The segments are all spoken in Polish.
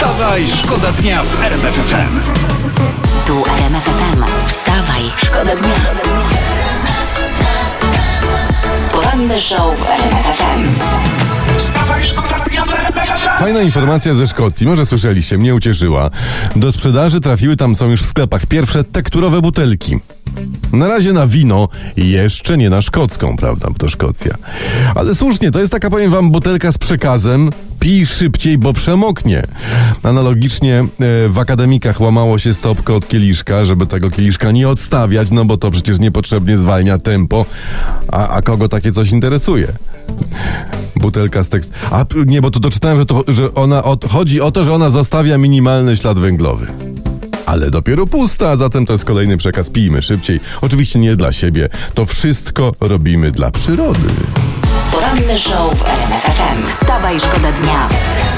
Wstawaj, szkoda dnia w RMF FM. Tu RMF FM. Wstawaj, szkoda dnia. Poranny show w RMF FM. Wstawaj, szkoda dnia w RMF FM. Fajna informacja ze Szkocji, może słyszeliście, mnie ucieszyła. Do sprzedaży trafiły, tam są już w sklepach pierwsze tekturowe butelki. Na razie na wino, jeszcze nie na szkocką, prawda, bo to Szkocja. Ale słusznie, to jest taka, powiem wam, butelka z przekazem: pij szybciej, bo przemoknie. Analogicznie w akademikach łamało się stopkę od kieliszka, żeby tego kieliszka nie odstawiać, no bo to przecież niepotrzebnie zwalnia tempo. A kogo takie coś interesuje? Butelka z tekst. A nie, bo tu doczytałem, że chodzi o to, że ona zostawia minimalny ślad węglowy. Ale dopiero pusta, a zatem to jest kolejny przekaz: pijmy szybciej. Oczywiście nie dla siebie. To wszystko robimy dla przyrody. Poranny show w RMF FM. Wstawaj, szkoda dnia.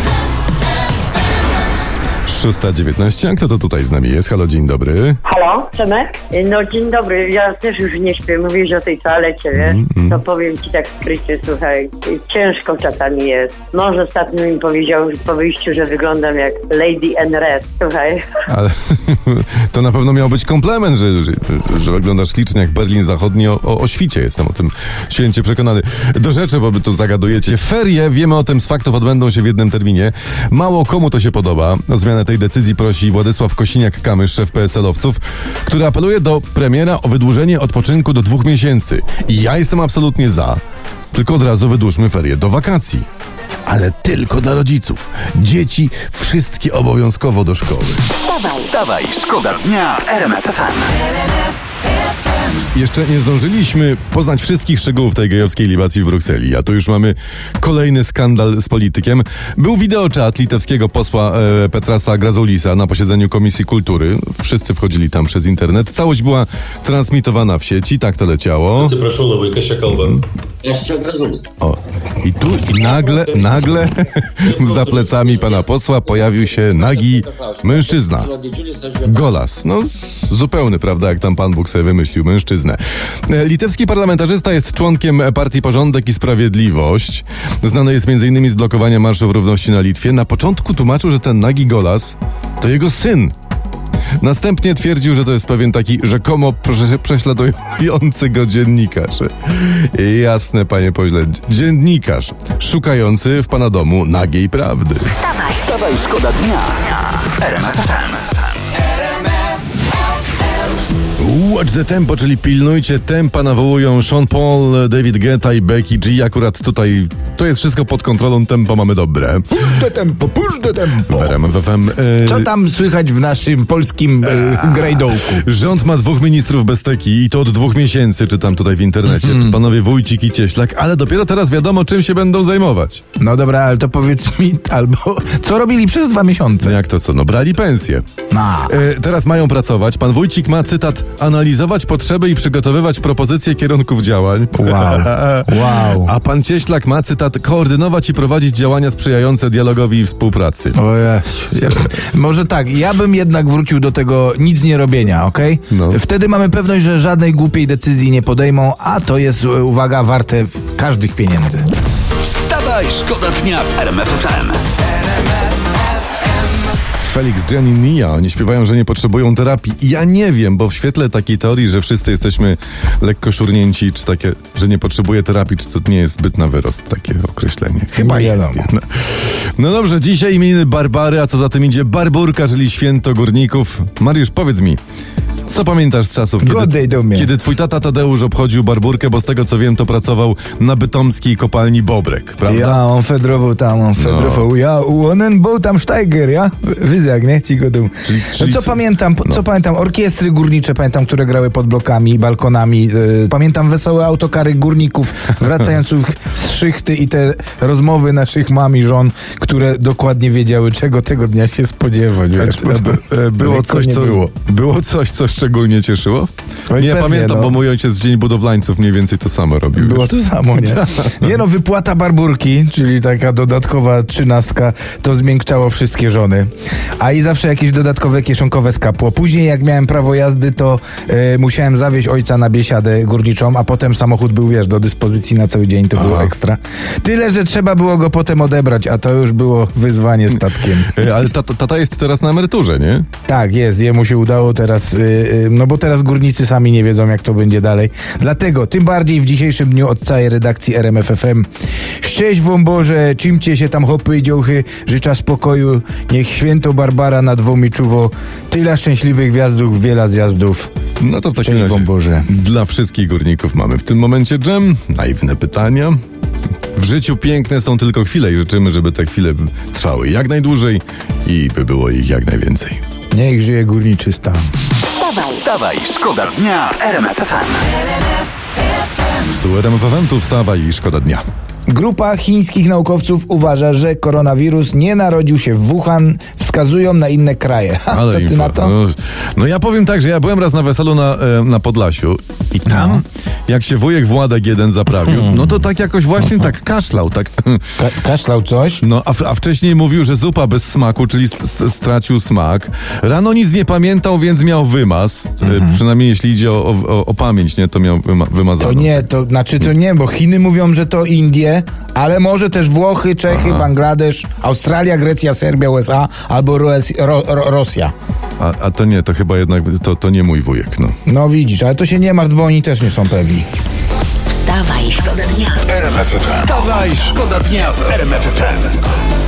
6:19, a kto to tutaj z nami jest? Halo, dzień dobry. Halo, Przemek? No dzień dobry, ja też już nie śpię, mówisz o tej toalecie, wiesz? To powiem ci tak skrycie, słuchaj, ciężko czasami jest. Mąż ostatnio mi powiedział po wyjściu, że wyglądam jak Lady Anne Red, słuchaj. Ale to na pewno miał być komplement, że wyglądasz ślicznie jak Berlin Zachodni o świcie. Jestem o tym święcie przekonany. Do rzeczy, bo wy tu zagadujecie. Ferie, wiemy o tym z faktów, odbędą się w jednym terminie. Mało komu to się podoba. O zmianę tej decyzji prosi Władysław Kosiniak-Kamysz, szef PSL-owców, który apeluje do premiera o wydłużenie odpoczynku do 2 miesięcy. I ja jestem absolutnie za. Tylko od razu wydłużmy ferie do wakacji. Ale tylko dla rodziców. Dzieci wszystkie obowiązkowo do szkoły. Wstawaj, szkoda dnia w RMF FM. Jeszcze nie zdążyliśmy poznać wszystkich szczegółów tej gejowskiej libacji w Brukseli, a tu już mamy kolejny skandal z politykiem. Był wideoczat litewskiego posła Petrasa Grazulisa na posiedzeniu Komisji Kultury. Wszyscy wchodzili tam przez internet. Całość była transmitowana w sieci, tak to leciało. Atsiprašau labai, kas čia kalba? O, i tu nagle za plecami pana posła pojawił się nagi mężczyzna. Golas. No, zupełny, prawda, jak tam Pan Bóg sobie wymyślił mężczyznę. Litewski parlamentarzysta jest członkiem partii Porządek i Sprawiedliwość. Znany jest m.in. z blokowania Marszów Równości na Litwie. Na początku tłumaczył, że ten nagi Golas to jego syn. Następnie twierdził, że to jest pewien taki rzekomo prześladujący go dziennikarz. Jasne, panie pośle, dziennikarz szukający w pana domu nagiej prawdy. Wstawaj, szkoda dnia w RMF FM. Watch the tempo, czyli pilnujcie tempa, nawołują Sean Paul, David Guetta i Becky G. Akurat tutaj to jest wszystko pod kontrolą, tempo mamy dobre. Push the tempo. Co Co tam słychać w naszym polskim grajdołku? Rząd ma 2 ministrów bez teki i to od 2 miesięcy, czytam tutaj w internecie. Panowie Wójcik i Cieślak, ale dopiero teraz wiadomo, czym się będą zajmować. No dobra, ale to powiedz mi, albo co robili przez 2 miesiące? Jak to co? No brali pensję. Teraz mają pracować. Pan Wójcik ma, cytat, analizować potrzeby i przygotowywać propozycje kierunków działań. Wow. A pan Cieślak ma, cytat, koordynować i prowadzić działania sprzyjające dialogowi i współpracy. O Jezu. Może tak, ja bym jednak wrócił do tego nic nie robienia, okej? No. Wtedy mamy pewność, że żadnej głupiej decyzji nie podejmą, a to jest, uwaga, warte każdych pieniędzy. Wstawaj, szkoda dnia w RMF FM. Felix, Jen i Nia, oni śpiewają, że nie potrzebują terapii. I ja nie wiem, bo w świetle takiej teorii, że wszyscy jesteśmy lekko szurnięci, czy takie, że nie potrzebuje terapii, czy to nie jest zbyt na wyrost takie określenie? Chyba Nie jest. wiadomo. No dobrze, dzisiaj imieniny Barbary, a co za tym idzie Barburka, czyli święto górników. Mariusz, powiedz mi, co pamiętasz z czasów, kiedy twój tata Tadeusz obchodził Barburkę, bo z tego co wiem, to pracował na bytomskiej kopalni Bobrek, prawda? Ja, on fedrował tam, Ja, on był tam Steiger, ja? Wyzjak, nie? Ci go dum. Czyli co pamiętam? Co pamiętam? Orkiestry górnicze, pamiętam, które grały pod blokami, balkonami. Pamiętam wesołe autokary górników wracających z szychty i te rozmowy naszych mam i żon, które dokładnie wiedziały, czego tego dnia się spodziewać. Wiesz? Było coś, co szczególnie cieszyło? Oj, Nie, pewnie, pamiętam, no. bo mój ojciec w Dzień Budowlańców mniej więcej to samo robił. Było wiesz. to samo, nie? Nie no, wypłata barburki, czyli taka dodatkowa 13, to zmiękczało wszystkie żony. A i zawsze jakieś dodatkowe kieszonkowe skapło. Później jak miałem prawo jazdy, to musiałem zawieźć ojca na biesiadę górniczą, a potem samochód był, wiesz, do dyspozycji na cały dzień, to było ekstra. Tyle, że trzeba było go potem odebrać, a to już było wyzwanie statkiem. Ale tata jest teraz na emeryturze, nie? Tak, jest. Jemu się udało teraz, no bo teraz górnicy sami nie wiedzą, jak to będzie dalej. Dlatego, tym bardziej w dzisiejszym dniu od całej redakcji RMF FM. Szczęść wam Boże, czymcie się tam hopy i dziołchy, życzę spokoju, niech święto Barbara nad wami czuwo, tyle szczęśliwych gwiazdów, wiele zjazdów. No to w takim Szczęść razie wam Boże. dla wszystkich górników mamy w tym momencie dżem. Naiwne pytania. W życiu piękne są tylko chwile i życzymy, żeby te chwile trwały jak najdłużej i by było ich jak najwięcej. Niech żyje górniczy stan. Wstawaj, szkoda dnia w RMF FM. Tu RMF FM, tu wstawaj i szkoda dnia. Grupa chińskich naukowców uważa, że koronawirus nie narodził się w Wuhan, wskazują na inne kraje. Ale Co ty info. na to? No ja powiem tak, że ja byłem raz na weselu na Podlasiu i tam, jak się wujek Władek jeden zaprawił, no to tak jakoś właśnie tak kaszlał, tak. Kaszlał coś? No, a wcześniej mówił, że zupa bez smaku, czyli stracił smak. Rano nic nie pamiętał, więc miał wymaz. Przynajmniej jeśli idzie o pamięć, nie, to miał wymazane. To nie, to znaczy to nie, bo Chiny mówią, że to Indie, ale może też Włochy, Czechy, Bangladesz, Australia, Grecja, Serbia, USA albo Rosja. A to nie, to chyba jednak to nie mój wujek, no. No widzisz, ale to się nie martw, bo oni też nie są pewni. Wstawaj, szkoda dnia. RMF FM. Wstawaj, szkoda dnia w RMF FM.